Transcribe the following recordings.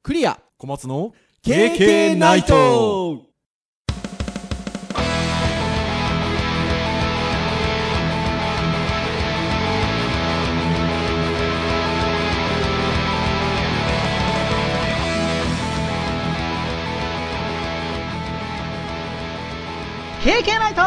クリア小松の KK ナイト。 KK ナイト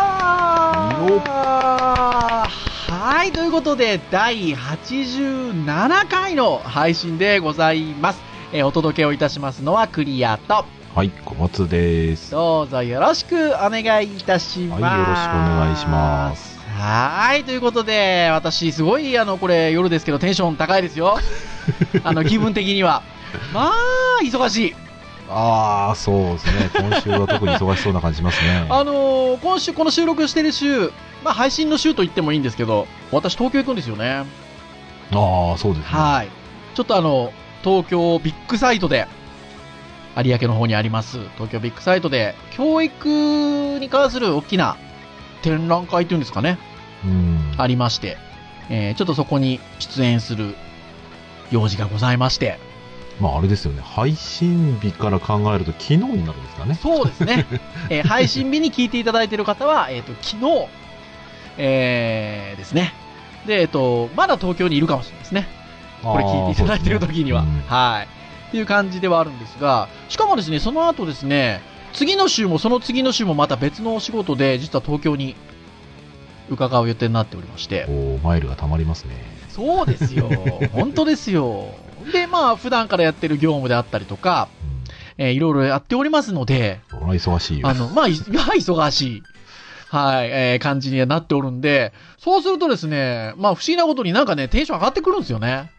はい、ということで第87回の配信でございます。お届けをいたしますのはクリアと、 はい、小松です。 どうぞよろしくお願いいたします。 はい、よろしくお願いします。 はい、ということで私すごいこれ夜ですけどテンション高いですよ。気分的にはまあ忙しい。 ああ、そうですね。今週は特に忙しそうな感じしますね。 今週この収録してる週、まあ配信の週と言ってもいいんですけど、私東京行くんですよね。 ああ、そうですね。 はい。ちょっと東京ビッグサイトで、有明の方にあります東京ビッグサイトで教育に関する大きな展覧会というんですかね、ありまして、ちょっとそこに出演する用事がございまして、 まああれですよね、配信日から考えると昨日になるんですかね。 そうですね。配信日に聞いていただいている方は、昨日、ですね。で、まだ東京にいるかもしれないですね。これ聞いていただいている時には、はい。っていう感じではあるんですが、しかもですね、その後ですね、次の週もその次の週もまた別のお仕事で、実は東京に伺う予定になっておりまして。 マイルがたまりますね。 そうですよ。本当ですよ。で、まあ、普段からやってる業務であったりとか、いろいろやっておりますので、 忙しいよ。 まあ、忙しい。はい、感じにはなっておるんで、そうするとですね、まあ、不思議なことになんかね、テンション上がってくるんですよね。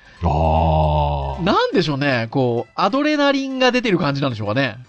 なんでしょうね、こう、アドレナリンが出てる感じなんでしょうかね。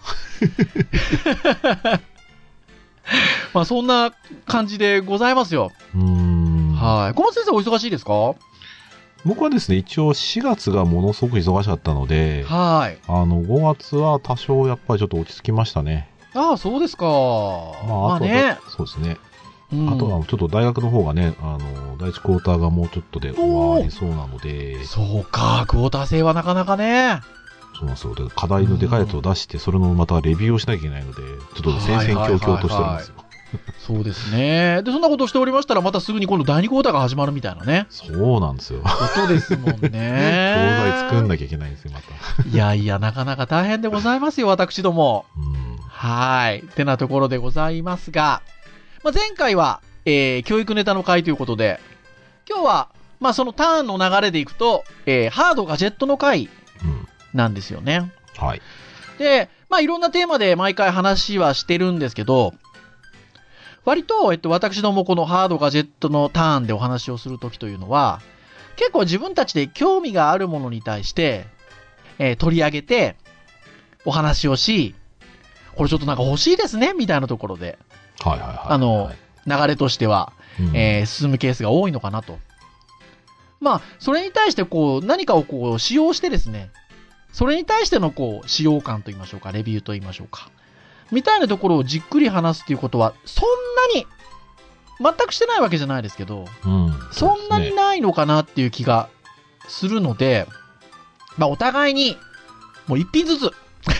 まあ、そんな感じでございますよ。はい。小松先生お忙しいですか？ 僕はですね、一応4月がものすごく忙しかったので、 はい。 5月は多少やっぱりちょっと落ち着きましたね。 ああ、そうですか。 まあね。そうですね。あとはちょっと大学の方がね、第1クォーターがもうちょっとで終わりそうなので。 そうか、クォーター制はなかなかね。 そうなんですよ。で、課題のでかいやつを出して、それのまたレビューをしなきゃいけないので、ちょっと戦々恐々としてるんですよ。 そうですね。で、そんなことをしておりましたら、またすぐに今度第2クォーターが始まるみたいなね。 そうなんですよ。 ことですもんね。教材作んなきゃいけないんですよ、また。 いやいや、なかなか大変でございますよ、私ども。はい。ってなところでございますが、まあ、前回は、教育ネタの回ということで、今日は、まあ、そのターンの流れでいくと、ハードガジェットの回なんですよね。 はい。 で、まあ、いろんなテーマで毎回話はしてるんですけど、割と、私どもこのハードガジェットのターンでお話をするときというのは、結構自分たちで興味があるものに対して、取り上げて、お話をし、これちょっとなんか欲しいですね、みたいなところで、流れとしては、進むケースが多いのかなと。まあ、それに対してこう、何かをこう、使用してですね、それに対してのこう、使用感と言いましょうか、レビューと言いましょうか。みたいなところをじっくり話すということは、そんなに、全くしてないわけじゃないですけど、そんなにないのかなっていう気がするので、まあ、お互いに、もう一品ずつ、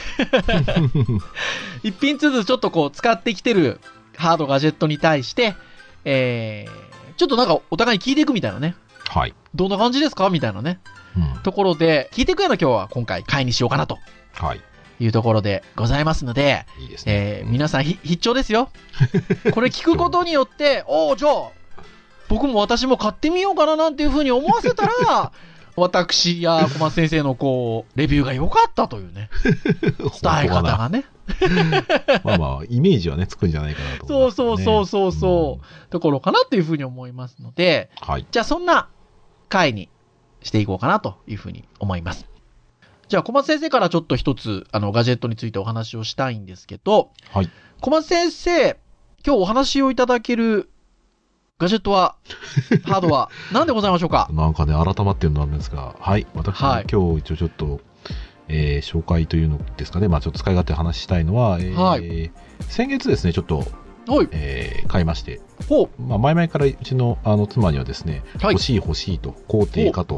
一品ずつちょっとこう、使ってきてるハードガジェットに対して、ちょっとなんかお互いに聞いていくみたいなね。 はい。 どんな感じですかみたいなね。ところで、聞いていくような今日は今回回にしようかなと。はい。いうところでございますので、 いいですね。 皆さん必聴ですよ。これ聞くことによって、じゃあ、僕も私も買ってみようかななんていうふうに思わせたら、私や小松先生のこう、レビューが良かったというね、伝え方がね。 まあまあ、イメージはね、つくんじゃないかなと思いますね。 そう、ところかなというふうに思いますので、はい、じゃあそんな回にしていこうかなというふうに思います。じゃあ小松先生からちょっと一つガジェットについてお話をしたいんですけど、はい、小松先生、今日お話をいただけるガジェットは、ハードは何でございましょうか？ なんかね、改まってるのなんですが、はい、私、今日一応ちょっと、紹介というのですかね、まあちょっと使い勝手話したいのは、先月ですね、ちょっと、買いまして、まあ、前々からうちの妻にはですね、欲しいと肯定かと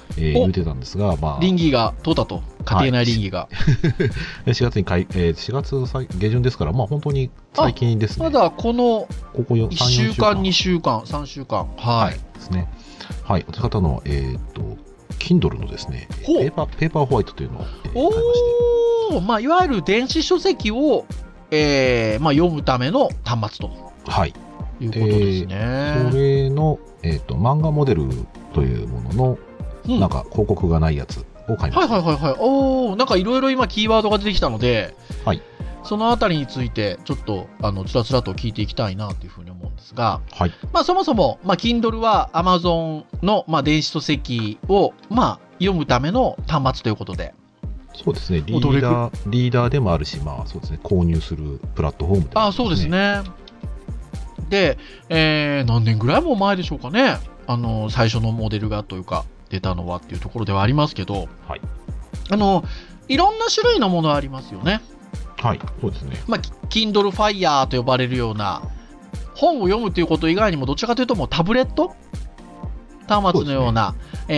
言ってたんですが、まあ、 倫理が通ったと、家庭内倫理が。 4月に4月下旬ですから、まあ、本当に最近ですね。 まだこの1週間、2週間、3週間。 はい。ですね。はい。私方の、Kindle のですね、ペーパーホワイトというのを、買いまして。 まあ、いわゆる電子書籍を、まあ、読むための端末と。 はい。 いうことですね。 それの、漫画モデルというものの、なんか広告がないやつを買いました。 はいはいはいはい。おー、なんかいろいろ今キーワードが出てきたので、 はい。 そのあたりについて、ちょっと、つらつらと聞いていきたいなというふうに思うんですが、 はい。 まあ、そもそも、まあ、Kindle は Amazon の、まあ、電子書籍を、まあ、読むための端末ということで。 そうですね。リーダーでもあるし、まあ、そうですね。購入するプラットフォームという、ね。 そうですね。で、何年ぐらいも前でしょうかね。最初のモデルがというか、出たのはっていうところではありますけど、 はい。 いろんな種類のものありますよね。 はい、そうですね。 まあ、Kindle Fire と呼ばれるような、本を読むということ以外にも、どちらかというともうタブレット端末のような、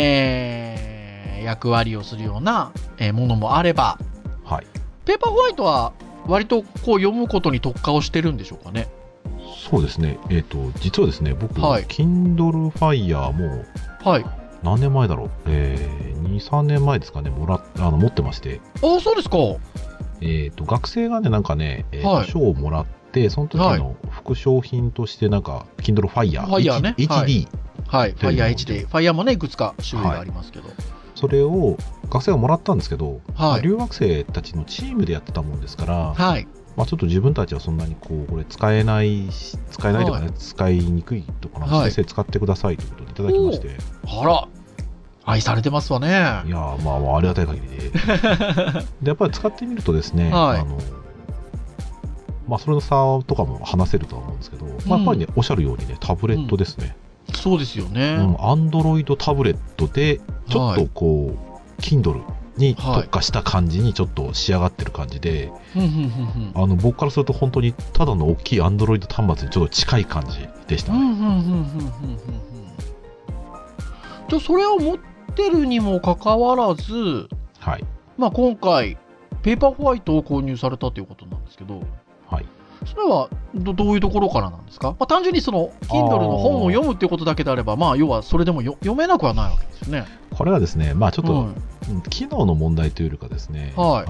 役割をするような、ものもあれば、 はい。 ペーパーホワイトは割とこう読むことに特化をしてるんでしょうかね。 そうですね。実はですね、僕、 はい、 Kindle Fire も、 はい。 何年前だろう、2、3年前ですかね、持ってまして。 ああ、そうですか。 学生がね、なんかね、 はい、 賞をもらって、その時の副賞品として、なんか、Kindle Fire、 ね、 HD。 はい、Fire HD。Fire もね、いくつか種類がありますけど。 それを学生がもらったんですけど、 はい、 留学生たちのチームでやってたもんですから、 はい、 まあ、ちょっと自分たちはそんなにこうこれ使えないとかね、はい、使いにくいとか、先生使ってくださいということでいただきまして、 あら、愛されてますわね。いやまあありがたい限りででやっぱり使ってみるとですね、 はい、 まあ、それの差とかも話せるとは思うんですけど、まあ、やっぱりね、おっしゃるようにね、タブレットですね。 そうですよね。 Android タブレットでちょっとこう、Kindle に特化した感じにちょっと仕上がってる感じで、僕からすると本当にただの大きい Android 端末にちょっと近い感じでしたね。 じゃあそれを持ってるにもかかわらず、 はい、 まあ、今回ペーパーホワイトを購入されたということなんですけど、 はい、 それはどういうところからなんですか？まあ、単純にその Kindle の本を読むっていうことだけであれば、まあ、要はそれでも読めなくはないわけですよね。 これはですね、まあちょっと、機能の問題というよりかですね、 はい、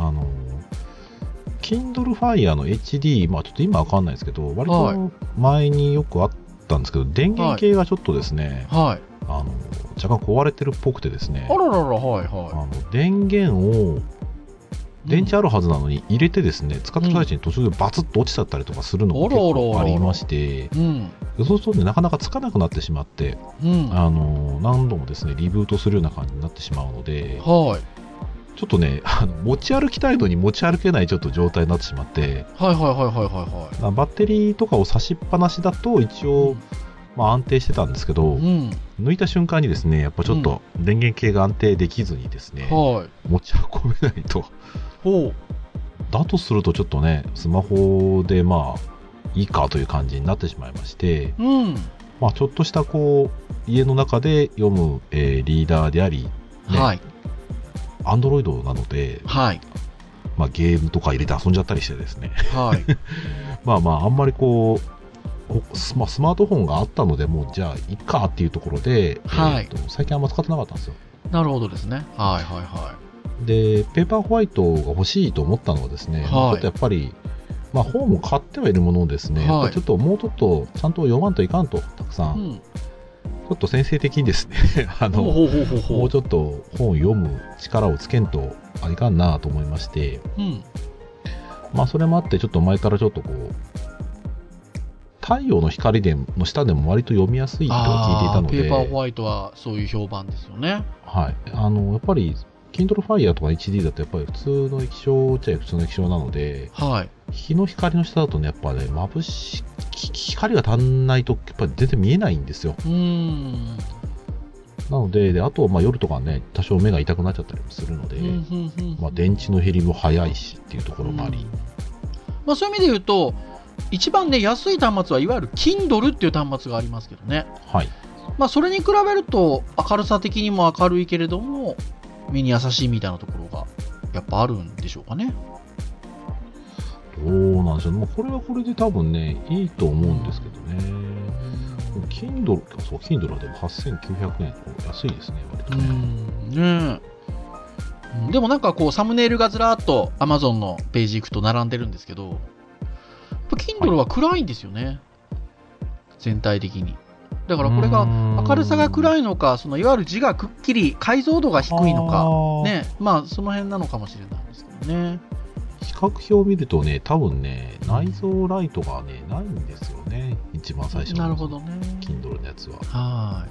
Kindle Fire の HD、まあちょっと今わかんないですけど、割と前によくあったんですけど、電源系がちょっとですね、 はい、 若干壊れてるっぽくてですね、 あららら、はいはい、 電源を電池あるはずなのに入れてですね、使ってる最中に途中でバツッと落ちちゃったりとかするのが結構ありまして、そうするとね、なかなかつかなくなってしまって、何度もですねリブートするような感じになってしまうので、 はい、 ちょっとね持ち歩きたいのに持ち歩けないちょっと状態になってしまって、 バッテリーとかを差しっぱなしだと一応、まあ、安定してたんですけど、抜いた瞬間にですねやっぱちょっと電源系が安定できずにですね、持ち運べないと。だとするとちょっとねスマホでまあいいかという感じになってしまいまして、まあ、ちょっとしたこう家の中で読む、リーダーであり、ね、Android なので、まあ、ゲームとか入れて遊んじゃったりしてですね、まああんまりこうスマートフォンがあったのでもうじゃあいいかっていうところで、最近あんま使ってなかったんですよ。 なるほどですね。 でペーパーホワイトが欲しいと思ったのはですね、ちょっとやっぱり、まあ、本も買ってはいるものですね、ちょっともうちょっとちゃんと読まんといかんと、たくさん、ちょっと先生的にですねもうちょっと本を読む力をつけんといかんなと思いまして、まあそれもあってちょっと前からちょっとこう太陽の光の下でも割と読みやすいと聞いていたので、 ペーパーホワイトはそういう評判ですよね。 はい、やっぱりKindle Fire とか HD だとやっぱり普通の液晶っちゃ普通の液晶なので、日の光の下だとねやっぱね光が足んないとやっぱり全然見えないんですよ。なのであとまあ夜とかね多少目が痛くなっちゃったりもするので、まあ、電池の減りも早いしっていうところもあり、 まあ、そういう意味で言うと一番ね安い端末はいわゆる Kindle っていう端末がありますけどね、 まあそれに比べると明るさ的にも明るいけれども目に優しいみたいなところがやっぱあるんでしょうかね。 どうなんでしょう、まあ、これはこれで多分ねいいと思うんですけどね。Kindle そう Kindle はでも8900円安いですね割とね。 でもなんかこうサムネイルがずらーっと Amazon のページ行くと並んでるんですけど、Kindle は暗いんですよね、全体的に。だからこれが明るさが暗いのか、そのいわゆる字がくっきり解像度が低いのかね、まあその辺なのかもしれないですけどね。 比較表を見るとね、多分ね内蔵ライトがねないんですよね、一番最初の。 なるほどね。 Kindle のやつは。 はい。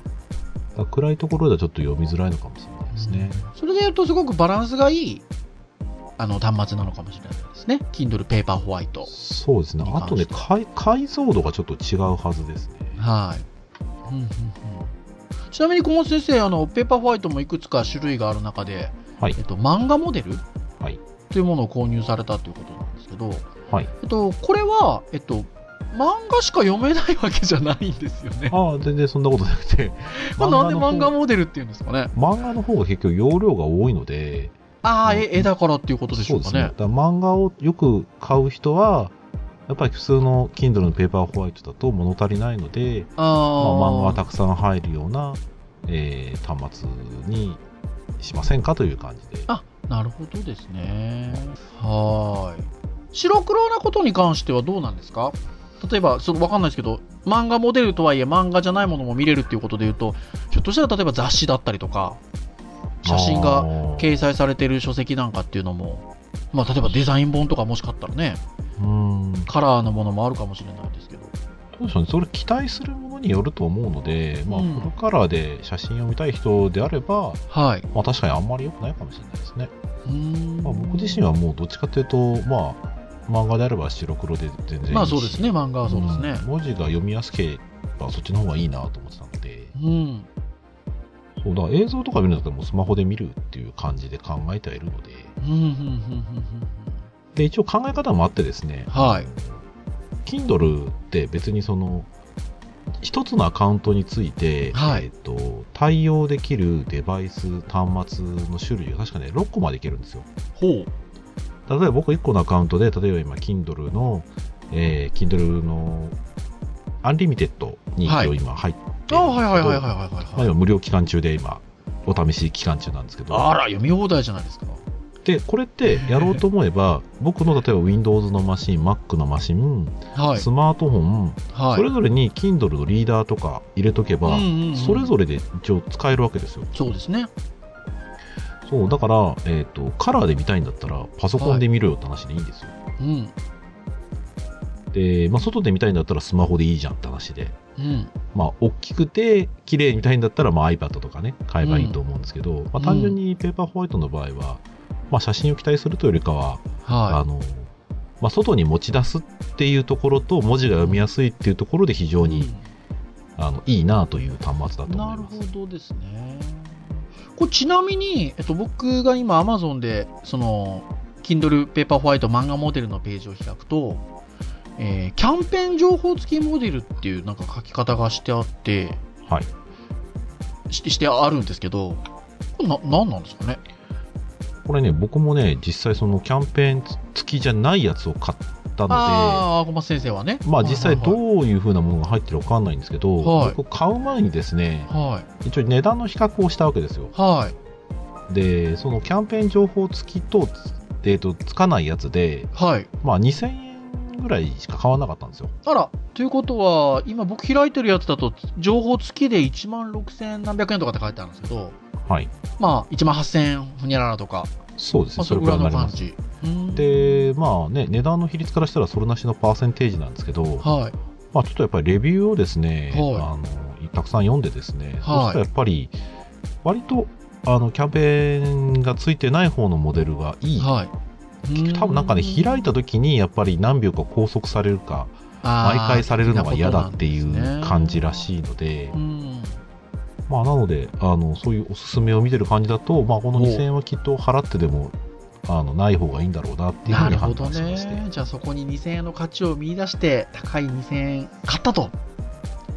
だ暗いところではちょっと読みづらいのかもしれないですね。 それでいうとすごくバランスがいい端末なのかもしれないですね。Kindle ペーパーホワイト。 そうですね。あとね解像度がちょっと違うはずですね。 はい。ちなみに小松先生、ペーパーホワイトもいくつか種類がある中で、はい、漫画モデル、はい、というものを購入されたということなんですけど、はい、これは、漫画しか読めないわけじゃないんですよね。 ああ、全然そんなことなくてなんで漫画モデルっていうんですかね。 漫画の方が結局容量が多いので、 絵だからっていうことでしょうかね。 そうですね。だから漫画をよく買う人はやっぱり普通の Kindle のペーパーホワイトだと物足りないので、漫画がたくさん入るような、端末にしませんかという感じで。 なるほどですね。はい。白黒なことに関してはどうなんですか？例えば分かんないですけど、漫画モデルとはいえ漫画じゃないものも見れるっていうことでいうと、ひょっとしたら例えば雑誌だったりとか写真が掲載されている書籍なんかっていうのも、まあ、例えばデザイン本とかもしかったらね、カラーのものもあるかもしれないですけど、 どうでしょうね。それ期待するものによると思うので、フルカラーで写真を見たい人であれば、確かにあんまり良くないかもしれないですね。僕自身はもうどっちかというと、漫画であれば白黒で全然いいし、 そうですね、漫画はそうですね、 文字が読みやすければそっちの方がいいなと思ってたので、そうだ、映像とか見るんだったらもうスマホで見るっていう感じで考えてはいるので、で一応考え方もあってですね、Kindle って別にその一つのアカウントについて、対応できるデバイス端末の種類が確かね6個までいけるんですよ。例えば僕1個のアカウントで、例えば今 Kindle の、Kindle のアンリミテッドに今入ってるんですけど、無料期間中で今お試し期間中なんですけど、 読み放題じゃないですか。 でこれってやろうと思えば僕の例えば Windows のマシン、Mac のマシン、スマートフォン、それぞれに Kindle のリーダーとか入れとけば、それぞれで一応使えるわけですよ。 そうですね。 そうだから、カラーで見たいんだったらパソコンで見ろよって話でいいんですよ。で、外で見たいんだったらスマホでいいじゃんって話で、大きくて綺麗に見たいんだったら、iPad とかね買えばいいと思うんですけど、単純にペーパーホワイトの場合は、写真を期待するというよりかは、外に持ち出すっていうところと文字が読みやすいっていうところで非常に、いいなという端末だと思います。 なるほどですね。これちなみに、僕が今 Amazon でその Kindle ペーパーホワイト漫画モデルのページを開くと、キャンペーン情報付きモデルっていうなんか書き方がしてあって、してあるんですけど、これ何なんですかね。 これね、僕もね実際そのキャンペーン付きじゃないやつを買ったので、 小松先生はね、 実際どういう風なものが入ってるか分かんないんですけど、僕買う前にですね、一応値段の比較をしたわけですよ。でそのキャンペーン情報付きと、つかないやつで、2000円ぐらいしか変わらなかったんですよ。 ということは今僕開いてるやつだと情報付きで1万6000何百円とかって書いてあるんですけど、1万8000円ふにゃららとか、 そうですね、それくらいになります。で値段の比率からしたらそれなしのパーセンテージなんですけど、ちょっとやっぱりレビューをですね、たくさん読んでですね、そしたらやっぱり割とキャンペーンがついてない方のモデルがいい、多分なんかね開いた時にやっぱり何秒か拘束されるか毎回されるのが嫌だっていう感じらしいので、なのでそういうおすすめを見てる感じだと、この2000円はきっと払ってでもない方がいいんだろうなっていうふうに判断しまして、 じゃあそこに2000円の価値を見出して高い2000円買ったと。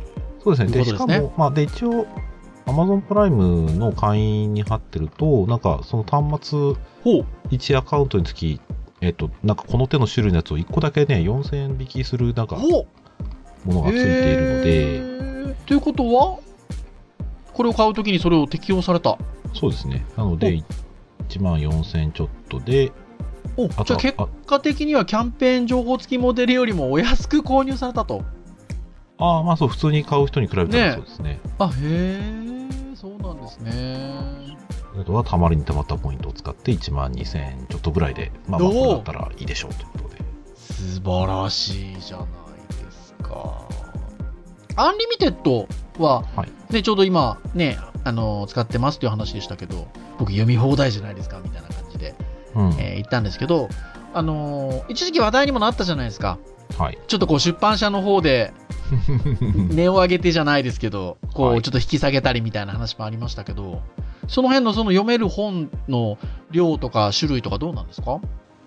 そうですね。で、しかも、まあ、で、一応、Amazon プライムの会員に貼ってると、なんか、その端末、1アカウントにつき、なんかこの手の種類のやつを1個だけね、4000円引きする、なんか、ものがついているので。 ということは、これを買うときにそれを適用された。 そうですね。なので、1万4000円ちょっとで、 じゃあ結果的にはキャンペーン情報付きモデルよりもお安く購入されたと。 ああ、まあそう、普通に買う人に比べたらそうですね。 あ、へえ、そうなんですね。 あとは、たまりにたまったポイントを使って1万2000円ちょっとぐらいで、まあまあ、これだったらいいでしょうということで。 素晴らしいじゃないですか。アンリミテッドは、ね、ちょうど今、ね、使ってますという話でしたけど、僕読み放題じゃないですかみたいな感じで、言ったんですけど、一時期話題にもなったじゃないですか。 はい、 ちょっとこう出版社の方で値を上げてじゃないですけど、こうちょっと引き下げたりみたいな話もありましたけど、その辺のその読める本の量とか種類とかどうなんですか？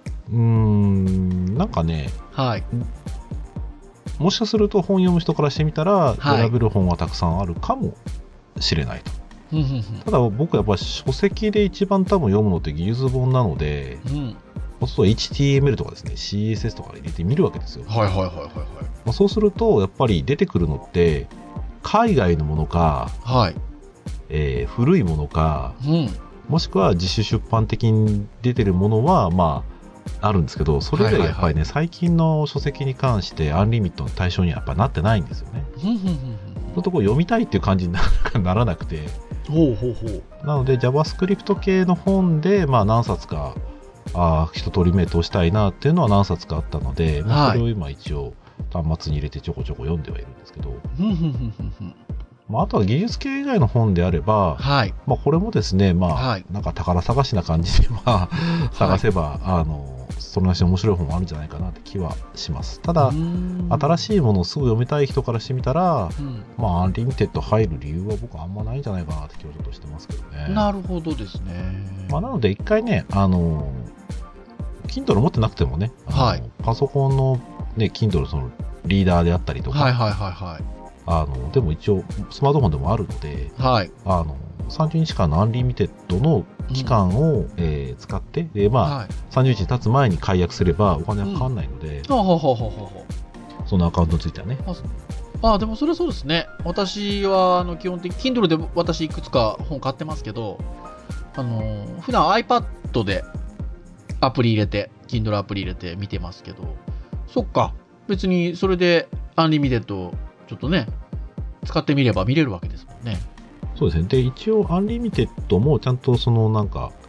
なんかね、 はい。 もしかすると本読む人からしてみたら、選べる本はたくさんあるかもしれないと。ただ僕やっぱ書籍で一番多分読むのって技術本なので、そうすると HTML とかですね CSS とか入れてみるわけですよ。そうするとやっぱり出てくるのって海外のものか、古いものか、もしくは自主出版的に出てるものはまああるんですけど、それ以外やっぱりね、最近の書籍に関してアンリミットの対象にはやっぱなってないんですよね。そういうとこ読みたいっていう感じにならなくて、なので JavaScript 系の本で、まあ、何冊か一通り目通したいなっていうのは何冊かあったので、まあ、それを今一応端末に入れてちょこちょこ読んではいるんですけど、まあ、あとは技術系以外の本であれば、まあ、これもですね、まあなんか宝探しな感じで探せば、それなりに面白い本もあるんじゃないかなって気はします。ただ新しいものをすぐ読みたい人からしてみたら、まあアンリミテッド入る理由は僕はあんまないんじゃないかなって気はちょっとしてますけどね。 なるほどですね。 まあ、なので一回ね、Kindle 持ってなくてもね、パソコンのね Kindle そのリーダーであったりとか、でも一応スマートフォンでもあるので、30日間のアンリミテッドの期間を、使って、でまあ30日経つ前に解約すればお金はかかんないので、そのアカウントについてはね。 でもそれはそうですね。私は基本的に Kindle で私いくつか本買ってますけど、普段 iPad でアプリ入れて Kindle アプリ入れて見てますけど、そっか、別にそれでアンリミテッドちょっとね使ってみれば見れるわけですもんね。 そうですね。で一応アンリミテッドもちゃんとそのなんか、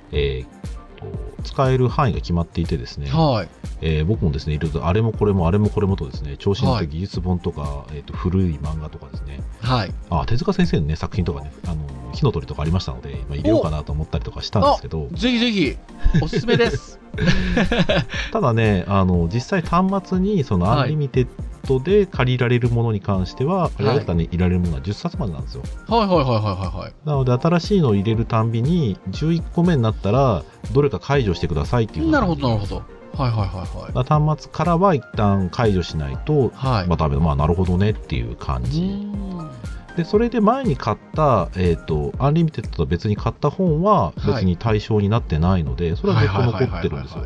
使える範囲が決まっていてですね、僕もですねいろいろあれもこれもあれもこれもとですね、調子に乗って技術本とか、古い漫画とかですね、手塚先生のね作品とかね、火の鳥とかありましたので、入れようかなと思ったりとかしたんですけど、 ぜひぜひおすすめですただね、実際端末にそのアンリミテッドで借りられるものに関しては、あれだったらね、入れられるものは10冊までなんですよ。なので新しいのを入れるたんびに11個目になったらどれか解除してくださいっていう。 なるほどなるほど。 端末からは一旦解除しないと、まあなるほどねっていう感じで、それで前に買った、アンリミテッドと別に買った本は別に対象になってないので、それはずっと残ってるんですよ。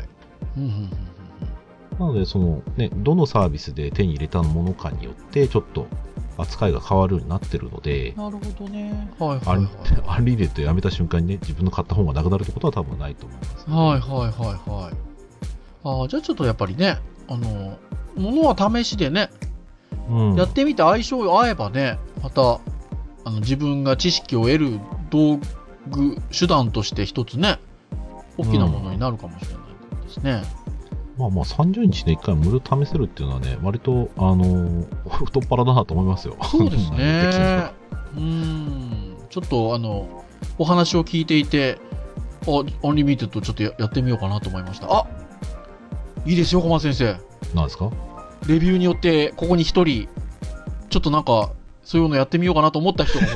なのでその、ね、どのサービスで手に入れたものかによってちょっと扱いが変わるようになってるので、 なるほどね。 アンリミテッドやめた瞬間にね、自分の買った本がなくなるってことは多分ないと思います、 じゃあちょっとやっぱりね、ものは試しでね、やってみて相性合えばね、また自分が知識を得る道具手段として一つね、大きなものになるかもしれないですね。 まあ30日で1回無料試せるっていうのはね、割と太っ腹だなと思いますよ。 そうですね。ちょっとお話を聞いていて、アンリミテッドちょっとやってみようかなと思いました。いいですよ、小松先生。 何ですか？ レビューによってここに一人ちょっとなんかそういうのやってみようかなと思った人が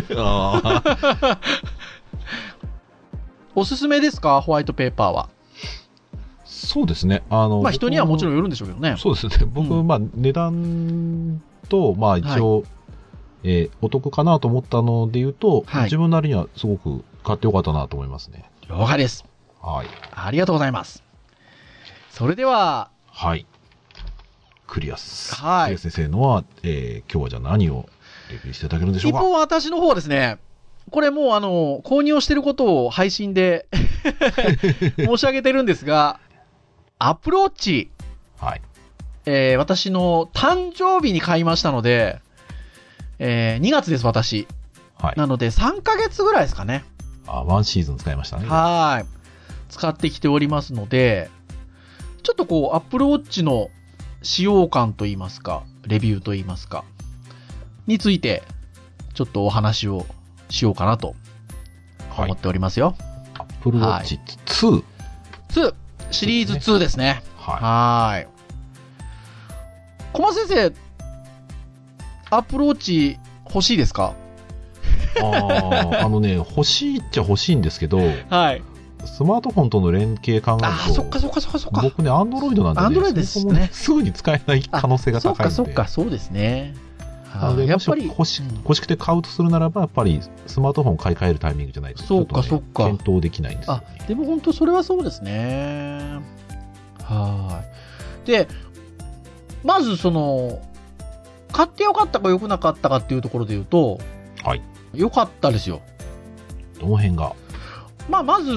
おすすめですか？ホワイトペーパーは。 そうですね。 人にはもちろんよるんでしょうけどね。 そうですね。僕、値段と、一応、 お得かなと思ったので言うと、 はい、 自分なりにはすごく買ってよかったなと思いますね。 了解です。 はい。 ありがとうございます。それでは、 はい。クリアス。 はい。 クリア先生のは、今日はじゃあ何をレビューしていただけるんでしょうか。 一方、私の方はですね、これもう購入をしていることを配信で申し上げてるんですが、アプローチ。 はい。 私の誕生日に買いましたので、2月です、私。 はい。 なので、3ヶ月ぐらいですかね。 ワンシーズン使いましたね。 はい。使ってきておりますので、ちょっとこう、アップルウォッチの使用感といいますか、レビューといいますか、について、ちょっとお話をしようかなと思っておりますよ。 アップルウォッチ2。 2。シリーズ2ですね。はい。小松先生、アップルウォッチ欲しいですか？ 欲しいっちゃ欲しいんですけど、 はい。 スマートフォンとの連携考えると、 そっか。 僕ね、アンドロイドなんで、ね、 アンドロイドですね。 すぐに使えない可能性が高いんで。 そっか、そうですね。 なので、やっぱり欲しくて買うとするならば、やっぱりスマートフォンを買い替えるタイミングじゃないと、 そうか。 検討できないんですよね。 でも本当それはそうですね。はい。で、まず買ってよかったか良くなかったかっていうところで言うと、 はい。 良かったですよ。 どの辺が？ まず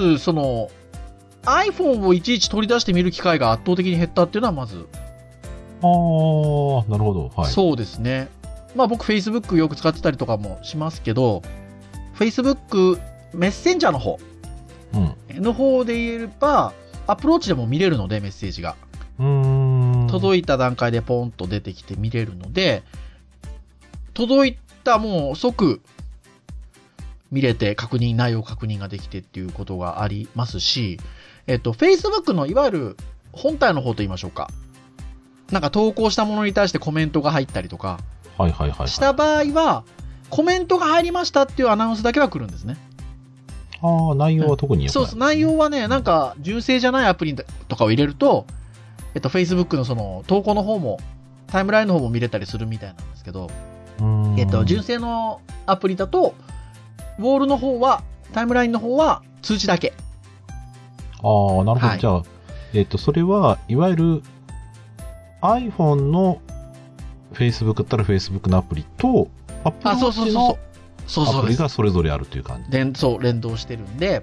iPhone をいちいち取り出して見る機会が圧倒的に減ったっていうのはまず。 なるほど。はい。 そうですね。僕 Facebook よく使ってたりとかもしますけど、Facebook メッセンジャーの方、の方で言えば、アプローチでも見れるので、メッセージが。届いた段階でポンと出てきて見れるので、届いたもう即見れて内容確認ができてっていうことがありますし、Facebook のいわゆる本体の方と言いましょうか。なんか投稿したものに対してコメントが入ったりとか、した場合は、コメントが入りましたっていうアナウンスだけは来るんですね。 内容は特にそう、内容はね、なんか純正じゃないアプリとかを入れると、Facebook の投稿の方も、タイムラインの方も見れたりするみたいなんですけど、純正のアプリだと、ウォールの方は、タイムラインの方は通知だけ。 なるほど。はい、じゃあ、それは、いわゆる iPhone の Facebook だったら Facebook のアプリと、Apple Watch のアプリがそれぞれあるという感じ。 連動してるんで、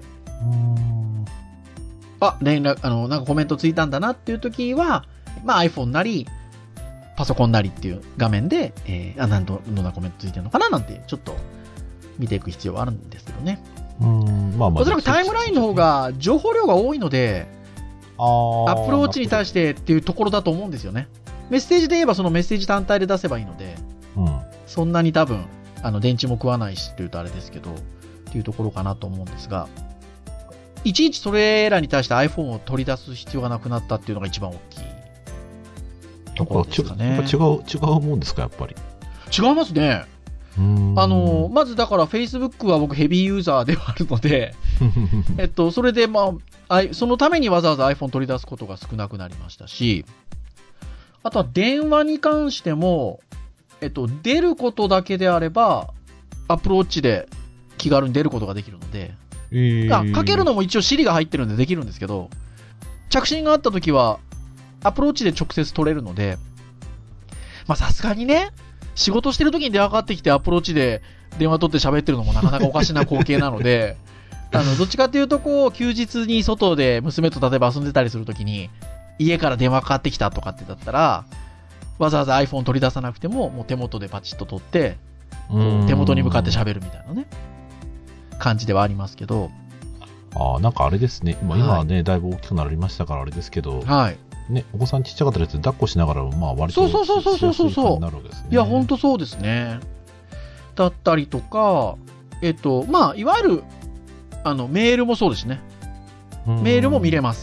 連絡、なんかコメントついたんだなっていう時は、iPhone なり、パソコンなりっていう画面で、どんなコメントついてるのかななんて、ちょっと見ていく必要はあるんですけどね。おそらくタイムラインの方が情報量が多いので、アップルウォッチに対してっていうところだと思うんですよね。メッセージで言えばそのメッセージ単体で出せばいいので、そんなに多分、電池も食わないしというとあれですけど、っていうところかなと思うんですが、いちいちそれらに対して iPhone を取り出す必要がなくなったっていうのが一番大きいところですかね。 違うもんですか、やっぱり。 違いますね。まずだから Facebook は僕ヘビーユーザーではあるので、それでそのためにわざわざ iPhone 取り出すことが少なくなりましたし、あとは電話に関しても、出ることだけであれば、Apple Watch で気軽に出ることができるので、かけるのも一応 Siri が入ってるんでできるんですけど、着信があった時は Apple Watch で直接取れるので、さすがにね、仕事してる時に電話かかってきてApple Watchで電話取って喋ってるのもなかなかおかしな光景なので、どっちかっていうと休日に外で娘と例えば遊んでたりする時に、家から電話かかってきたとかってだったら、わざわざ iPhone 取り出さなくても、もう手元でパチッと取って、手元に向かって喋るみたいなね、感じではありますけど。 なんかあれですね。今はね、だいぶ大きくなりましたからあれですけど、ね、お子さんちっちゃかったやつ抱っこしながらも、割としやすい感じになるわけですね。 いや、ほんとそうですね。だったりとか、いわゆる、メールもそうですね。メールも見れます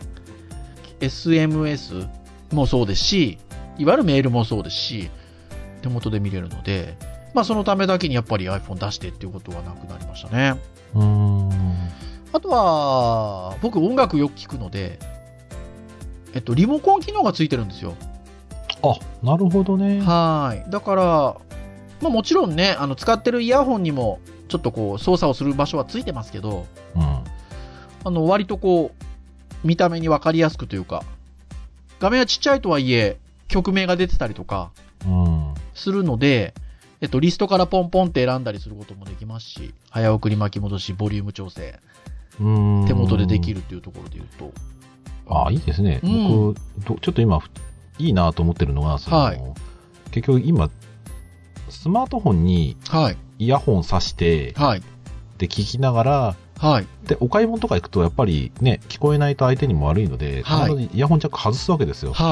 。SMS もそうですし、いわゆるメールもそうですし、手元で見れるので、そのためだけにやっぱり iPhone 出してっていうことはなくなりましたね。あとは、僕音楽よく聞くので、リモコン機能がついてるんですよ。 なるほどね。 はい。だから、 まあもちろんね、使ってるイヤホンにも、ちょっとこう、操作をする場所はついてますけど、割とこう、見た目にわかりやすくというか、画面はちっちゃいとはいえ、曲名が出てたりとか、するので、リストからポンポンって選んだりすることもできますし、早送り巻き戻し、ボリューム調整、手元でできるっていうところで言うと。 ああ、いいですね。僕、ちょっと今、いいなと思ってるのが、結局今、スマートフォンにイヤホン挿して、で、聞きながら、で、お買い物とか行くと、やっぱりね、聞こえないと相手にも悪いので、必ずイヤホンジャック外すわけですよ。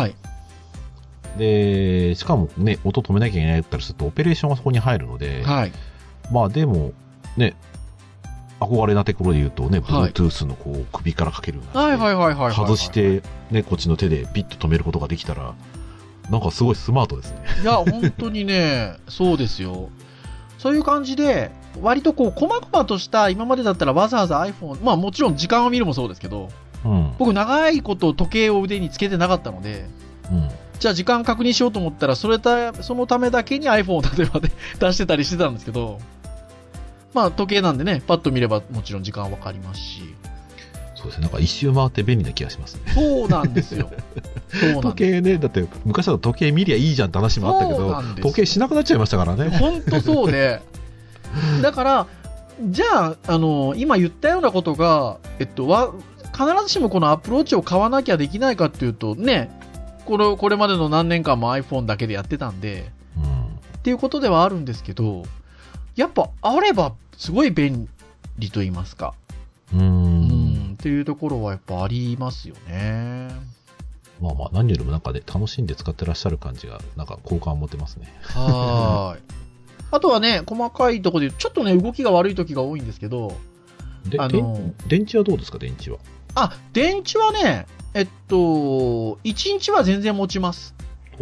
で、しかもね、音止めなきゃいけないったりすると、オペレーションがそこに入るので、まあでも、ね、憧れなところで言うとね、Bluetooth のこう首からかけるような、外して、ね、こっちの手でピッと止めることができたら、なんかすごいスマートですね。 いや、本当にね、そうですよ。そういう感じで、割とこう、細々とした、今までだったらわざわざ iPhone、まあもちろん時間を見るもそうですけど、僕長いこと時計を腕につけてなかったので、じゃあ時間確認しようと思ったら、そのためだけに iPhone を例えばで出してたりしてたんですけど、まあ時計なんでね、パッと見ればもちろん時間わかりますし。 そうですね、なんか一周回って便利な気がしますね。 そうなんですよ。 時計ね、だって昔だと時計見りゃいいじゃんって話もあったけど、時計しなくなっちゃいましたからね。 本当そうで。だから、じゃあ、今言ったようなことが、必ずしもこのアプローチを買わなきゃできないかっていうと、ね、これまでの何年間も iPhone だけでやってたんで、っていうことではあるんですけど、やっぱあればすごい便利と言いますか。っていうところはやっぱありますよね。 まあまあ、何よりもなんかね、楽しんで使ってらっしゃる感じが、なんか好感を持てますね。 あとはね、細かいところでちょっとね、動きが悪い時が多いんですけで、 電池はどうですか、電池は。 電池はね、1日は全然持ちます。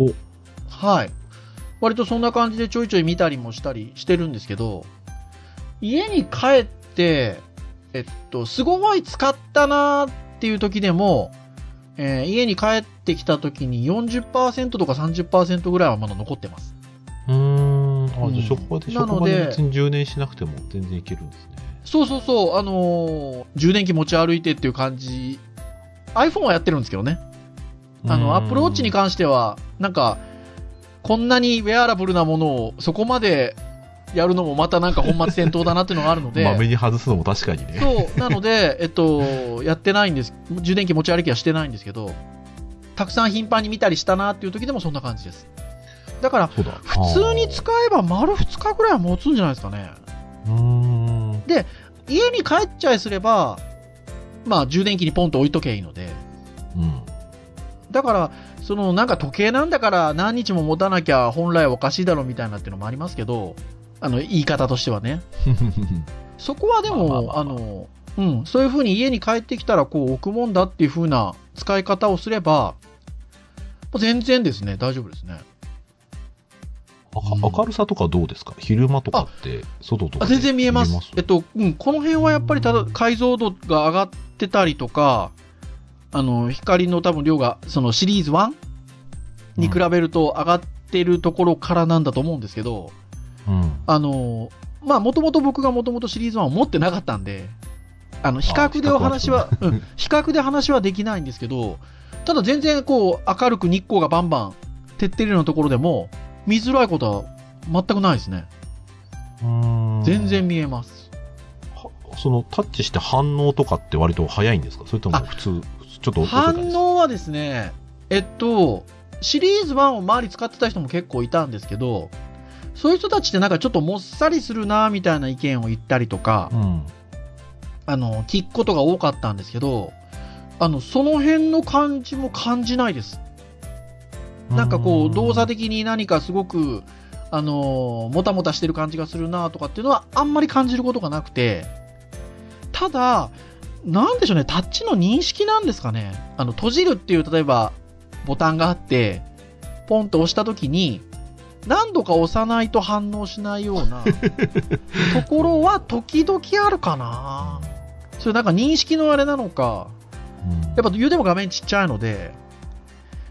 割とそんな感じでちょいちょい見たりもしたりしてるんですけど、家に帰って、すごい使ったなーっていう時でも、家に帰ってきた時に 40% とか 30% ぐらいはまだ残ってます。 じゃあ職場で別に充電しなくても全然いけるんですね。 そう、充電器持ち歩いてっていう感じ。iPhone はやってるんですけどね。Apple Watch に関しては、なんか、こんなにウェアラブルなものをそこまでやるのもまたなんか本末転倒だなっていうのがあるので。 まめに外すのも確かにね。 そう。なので、やってないんです。充電器持ち歩きはしてないんですけど、たくさん頻繁に見たりしたなっていう時でもそんな感じです。だから、普通に使えば丸2日ぐらいは持つんじゃないですかね。で、家に帰っちゃいすれば、まあ充電器にポンと置いとけばいいので。だから、なんか時計なんだから何日も持たなきゃ本来はおかしいだろうみたいなっていうのもありますけど、言い方としてはね。そこはでも、そういう風に家に帰ってきたらこう置くもんだっていう風な使い方をすれば、全然ですね、大丈夫ですね。 明るさとかどうですか？昼間とかって外とか全然見えます。この辺はやっぱり解像度が上がってたりとか、光の多分量がそのシリーズ1に比べると上がってるところからなんだと思うんですけど、まあもともと僕がもともとシリーズ1を持ってなかったんで、比較で話はできないんですけど、ただ全然こう明るく日光がバンバン照ってるようなところでも見づらいことは全くないですね。全然見えます。 タッチして反応とかって割と早いんですか？それとも普通ちょっと反応はですね、シリーズ1を周り使ってた人も結構いたんですけど、そういう人たちってなんかちょっともっさりするなみたいな意見を言ったりとか、聞くことが多かったんですけど、その辺の感じも感じないです。なんかこう動作的に何かすごくもたもたしてる感じがするなとかっていうのはあんまり感じることがなくて、ただなんでしょうね、タッチの認識なんですかね。閉じるっていう例えばボタンがあってポンと押した時に何度か押さないと反応しないようなところは時々あるかな。それなんか認識のあれなのか、やっぱ言うても画面ちっちゃいので、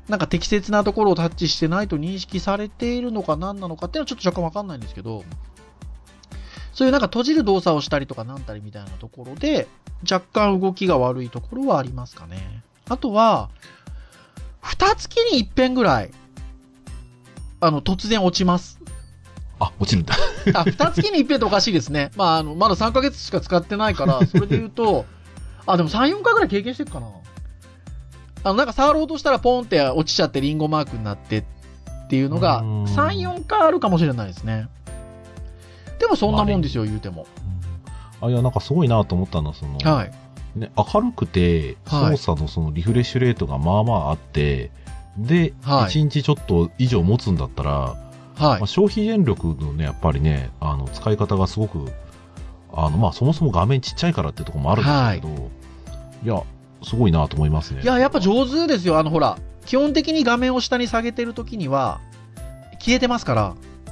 なんか適切なところをタッチしてないと認識されているのか何なのかっていうのはちょっと若干わかんないんですけど、そういうなんか閉じる動作をしたりとかなんたりみたいなところで、若干動きが悪いところはありますかね。あとは、2月に一遍ぐらい、突然落ちます。 あ、落ちるんだ。 2月に一遍っておかしいですね。まだ3ヶ月しか使ってないから、それで言うと、でも3、4回ぐらい経験してるかな。なんか触ろうとしたらポンって落ちちゃってリンゴマークになってっていうのが3、4回あるかもしれないですね。でもそんなもんですよ、言うても。 いや、なんかすごいなと思ったのは、はい。ね、明るくて、操作のそのリフレッシュレートがまあまああって、で、はい、1日ちょっと以上持つんだったら、はい、消費電力のね、やっぱりね、使い方がすごく、そもそも画面ちっちゃいからってところもあるんですけど、はい、いや、すごいなと思いますね。 いや、やっぱ上手ですよ。ほら、基本的に画面を下に下げてるときには、消えてますから、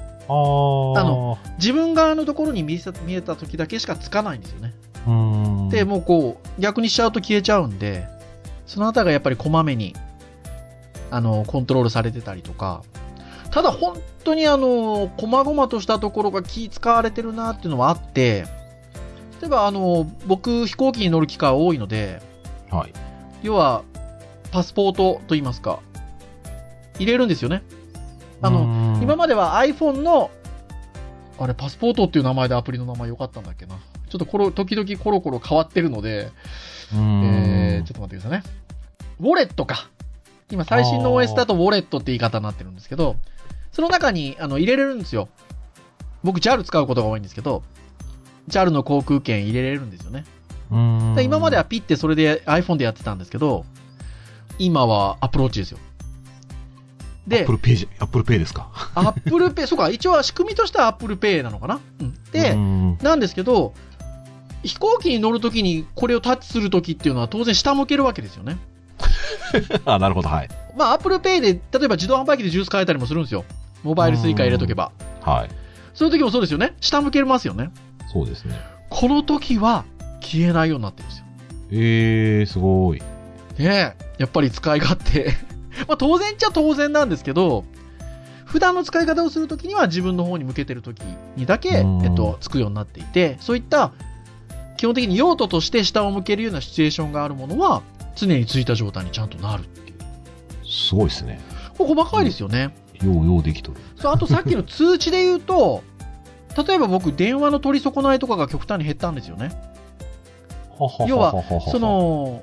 自分側のところに見えたときだけしかつかないんですよね。で、もうこう、逆にしちゃうと消えちゃうんで、そのあたりがやっぱりこまめに、コントロールされてたりとか、ただ本当に細々としたところが気使われてるなっていうのはあって、例えば僕飛行機に乗る機会多いので、 はい、 要はパスポートといいますか入れるんですよね。今までは iPhone のあれパスポートっていう名前でアプリの名前良かったんだっけな。ちょっと時々コロコロ変わってるので、ちょっと待ってくださいね。ウォレットか。今最新の OS だとウォレットって言い方になってるんですけど、その中に入れれるんですよ。僕 JAL 使うことが多いんですけど、JAL の航空券入れれるんですよね。今まではピッてそれで iPhone でやってたんですけど、今は Apple Watch ですよ。で、 Apple Pay ですか。 Apple Pay、そうか、一応仕組みとしては Apple Pay なのかな。で、なんですけど、飛行機に乗るときにこれをタッチするときっていうのは当然下向けるわけですよね。 なるほど、はい。 Apple Pay で、例えば自動販売機でジュース買えたりもするんですよ。モバイルスイカ入れとけば。 はい。 そういう時もそうですよね。下向けますよね。 そうですね。 この時は消えないようになってるんですよ。 すごい。 ねえ、やっぱり使い勝手。当然っちゃ当然なんですけど、普段の使い方をするときには自分の方に向けてるときにだけ、つくようになっていて、そういった基本的に用途として下を向けるようなシチュエーションがあるものは常についた状態にちゃんとなるっていう。 すごいですね。 細かいですよね。 ようできとる。 そう、あとさっきの通知で言うと、例えば僕電話の取り損ないとかが極端に減ったんですよね。要はその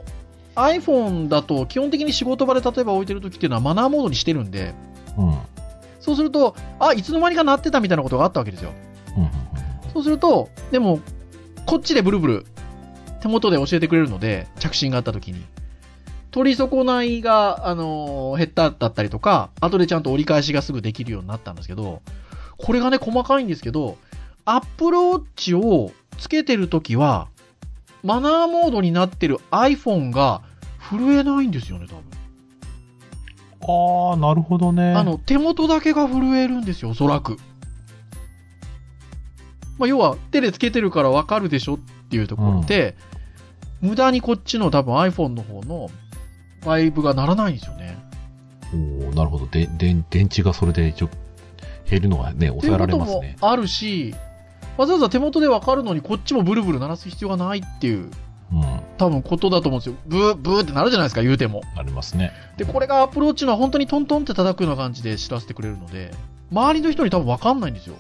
iPhone だと基本的に仕事場で例えば置いてる時っていうのはマナーモードにしてるんで、そうするといつの間にか鳴ってたみたいなことがあったわけですよ。そうするとでもこっちでブルブル手元で教えてくれるので、着信があった時に取り損ないが減っただったりとか、後でちゃんと折り返しがすぐできるようになったんですけど、これがね細かいんですけど、Apple Watch をつけてる時はマナーモードになってる iPhone が震えないんですよね、多分。 なるほどね。 手元だけが震えるんですよ、おそらく。要は手でつけてるからわかるでしょっていうところで、無駄にこっちの多分 iPhone の方のバイブがならないんですよね。 なるほど。電池がそれで減るのがね、抑えられますね。 っていうこともあるし、わざわざ手元で分かるのにこっちもブルブル鳴らす必要がないっていう、多分ことだと思うんですよ。ブーブーってなるじゃないですか、言うても。 なりますね。 で、これがアプローチのは本当にトントンって叩くような感じで知らせてくれるので、周りの人に多分分かんないんですよ。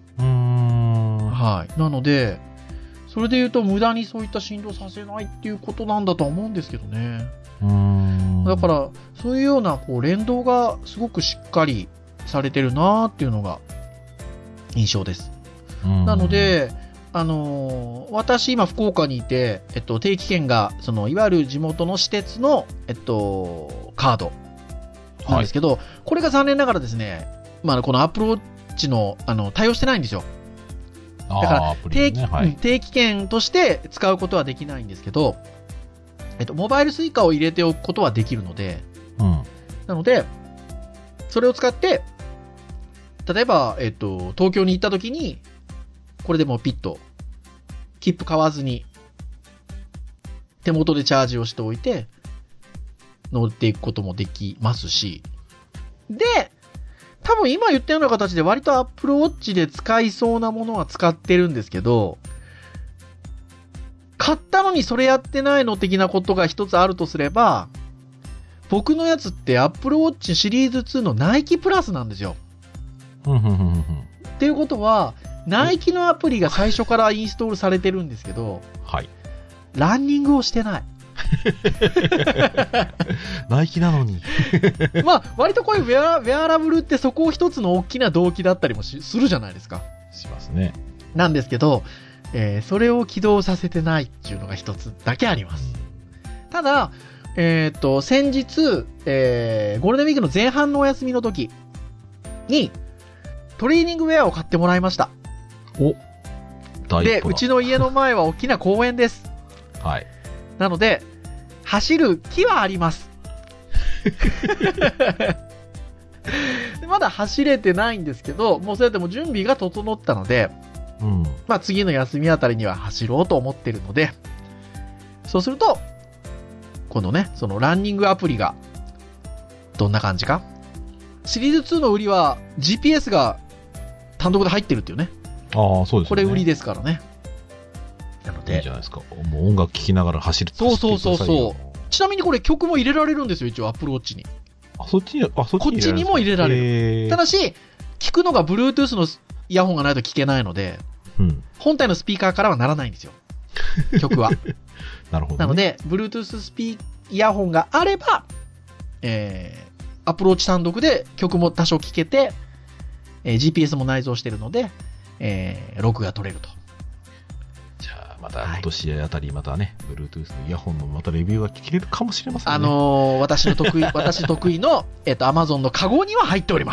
はい。なので、それで言うと無駄にそういった振動させないっていうことなんだとは思うんですけどね。だから、そういうような連動がすごくしっかりされてるなーっていうのが印象です。なので、私今福岡にいて、定期券がいわゆる地元の私鉄の、カードなんですけど、これが残念ながらですね、このアプローチの対応してないんですよ。だから定期券として使うことはできないんですけど、モバイルスイカを入れておくことはできるので、なのでそれを使って例えば、東京に行った時にこれでもうピッと切符買わずに手元でチャージをしておいて、 乗っていくこともできますし、で、多分今言ったような形で割と Apple Watch で使いそうなものは使ってるんですけど、買ったのにそれやってないの的なことが一つあるとすれば、僕のやつって Apple Watch シリーズ2のナイキプラスなんですよ。っていうことは、ナイキのアプリが最初からインストールされてるんですけど、 はい。 ランニングをしてない。 ナイキなのに。 まあ、割とこういうウェアラブルってそこを一つの大きな動機だったりもするじゃないですか。 しますね。 なんですけど、それを起動させてないっていうのが一つだけあります。ただ、先日、ゴールデンウィークの前半のお休みの時に、トレーニングウェアを買ってもらいました。 お、大で、うちの家の前は大きな公園です。 はい。 なので、走る気はあります。まだ走れてないんですけど、もうそうやっても準備が整ったので、まあ次の休みあたりには走ろうと思ってるので、そうすると、今度ね、そのランニングアプリが、どんな感じか。シリーズ2の売りは GPS が単独で入ってるっていうね。 ああ、そうですね。 これ売りですからね。なので。 いいじゃないですか。もう音楽聴きながら走る。 そう。ちなみにこれ曲も入れられるんですよ、一応アップルウォッチに。 そっちにこっちにも入れられる。ただし、聞くのが Bluetooth のイヤホンがないと聞けないので、本体のスピーカーからはならないんですよ。曲は。 なるほど、ね。 なので、Bluetooth イヤホンがあれば、アプローチ単独で曲も多少聞けて、GPS も内蔵してるので、録画取れると。 じゃあ、また今年あたりまたね、Bluetooth のイヤホンのまたレビューが聞けるかもしれませんね。 私得意の、Amazon のカゴには入っております。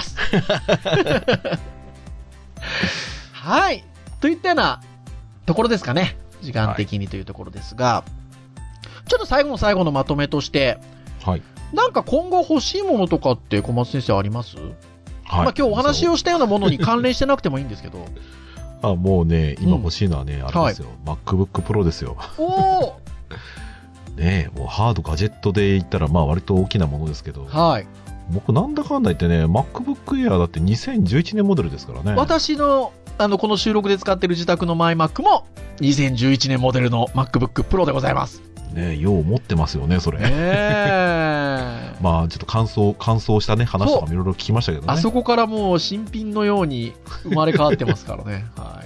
はい。といったようなところですかね。時間的にというところですが、ちょっと最後の最後のまとめとして、 はい。 なんか今後欲しいものとかって小松先生あります？はい。まあ今日お話をしたようなものに関連してなくてもいいんですけど。 もうね、今欲しいのはね、あれですよ。MacBook Pro ですよ。 おーねえ、もうハードガジェットで言ったら、まあ割と大きなものですけど。 はい。 僕なんだかんだ言ってね、MacBook Air だって2011年モデルですからね。 私の、この収録で使ってる自宅のマイ Mac も2011年モデルの MacBook Pro でございます。 ねえ、よう持ってますよね、それ。まあ、ちょっと乾燥したね、話とかもいろいろ聞きましたけどね。 あそこからもう新品のように生まれ変わってますからね。はい。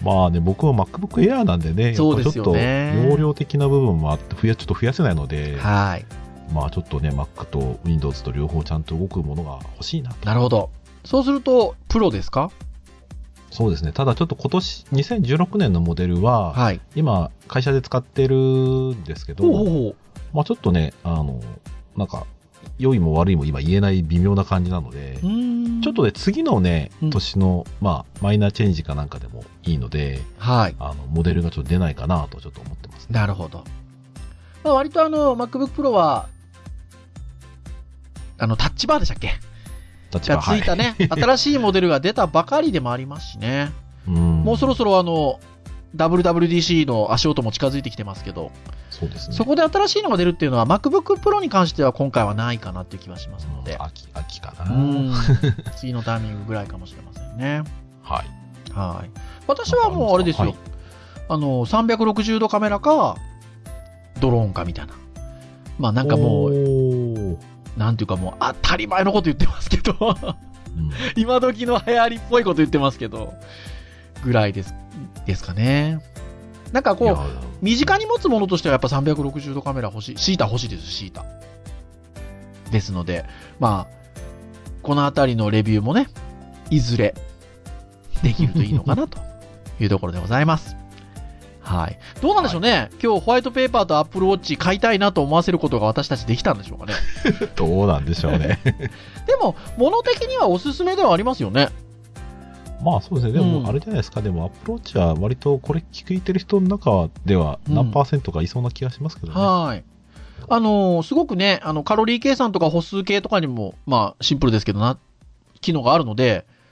まあね、僕は MacBook Air なんでね、 そうですよね。 ちょっと容量的な部分もあって、ちょっと増やせないので、 はい。 まあちょっとね、Mac と Windows と両方ちゃんと動くものが欲しいなと。 なるほど。そうすると、プロですか？ そうですね。ただちょっと今年、2016年のモデルは、 はい、 今、会社で使ってるんですけど、まあちょっとね、なんか、良いも悪いも今言えない微妙な感じなので、ちょっとね、次のね、年の、まあ、マイナーチェンジかなんかでもいいので、 はい、 モデルがちょっと出ないかなとちょっと思ってます、ね。 なるほど。まあ、割とMacBook Pro は、タッチバーでしたっけ？がついたね、はい、新しいモデルが出たばかりでもありますしね。もうそろそろWWDC の足音も近づいてきてますけど、 そうですね。 そこで新しいのが出るっていうのは MacBook Pro に関しては今回はないかなっていう気はしますので、 秋かな。 次のタイミングぐらいかもしれませんね。 はい。 はい。私はもうあれですよ。はい、360度カメラか、ドローンかみたいな。まあなんかもう、なんていうかもう当たり前のこと言ってますけど、今時の流行りっぽいこと言ってますけど、ぐらいですかね。なんかこう、身近に持つものとしてはやっぱ360度カメラ欲しい。シータ欲しいです、シータ。ですので、まあ、このあたりのレビューもね、いずれできるといいのかなというところでございます。はい。どうなんでしょうね、はい、今日ホワイトペーパーとアップルウォッチ買いたいなと思わせることが私たちできたんでしょうかね。 どうなんでしょうね。 でも、物的にはおすすめではありますよね。 まあそうですね。でも、あれじゃないですか。でも、アップルウォッチは割とこれ聞いてる人の中では何%かいそうな気がしますけどね。 はい。すごくね、カロリー計算とか歩数計とかにも、まあ、シンプルですけど機能があるので、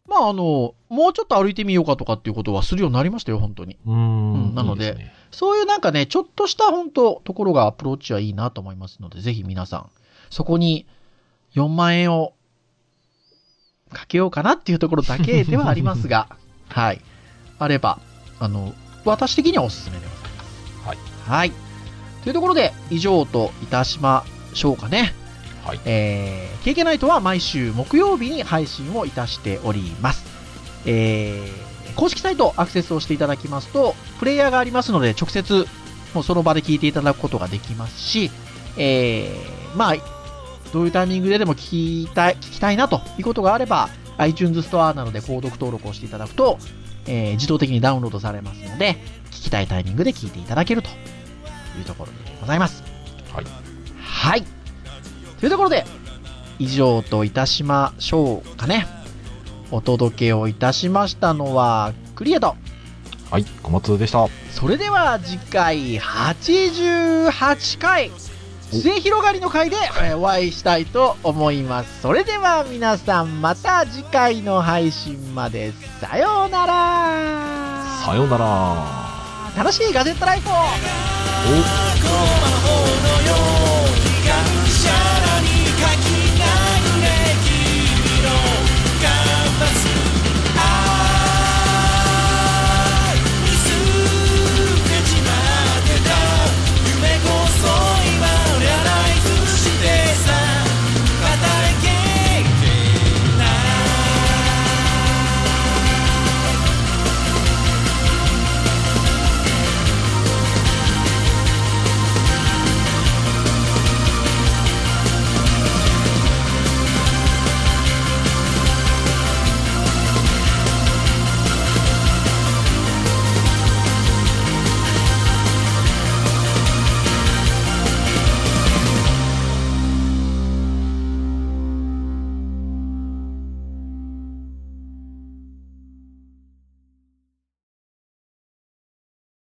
まあもうちょっと歩いてみようかとかっていうことはするようになりましたよ、本当に。なので、いいですね、そういうなんかね、ちょっとした本当、ところがアプローチはいいなと思いますので、ぜひ皆さん、そこに4万円をかけようかなっていうところだけではありますが、はい。あれば、私的にはおすすめでございます。 はい。 はい。というところで、以上といたしましょうかね。 はい。 KK ナイトは毎週木曜日に配信をいたしております。公式サイトアクセスをしていただきますと、プレイヤーがありますので、直接、もうその場で聞いていただくことができますし、まあ、どういうタイミングででも聞きたいなということがあれば、iTunes ストアなどで購読登録をしていただくと、自動的にダウンロードされますので、聞きたいタイミングで聞いていただけるというところでございます。 はい。 はい。というところで、以上といたしましょうかね。お届けをいたしましたのは、クリエと。 はい、小松でした。 それでは次回88回、末広がりの回でお会いしたいと思います。それでは皆さん、また次回の配信まで。さようなら。 さようなら。 楽しいガジェットライフを。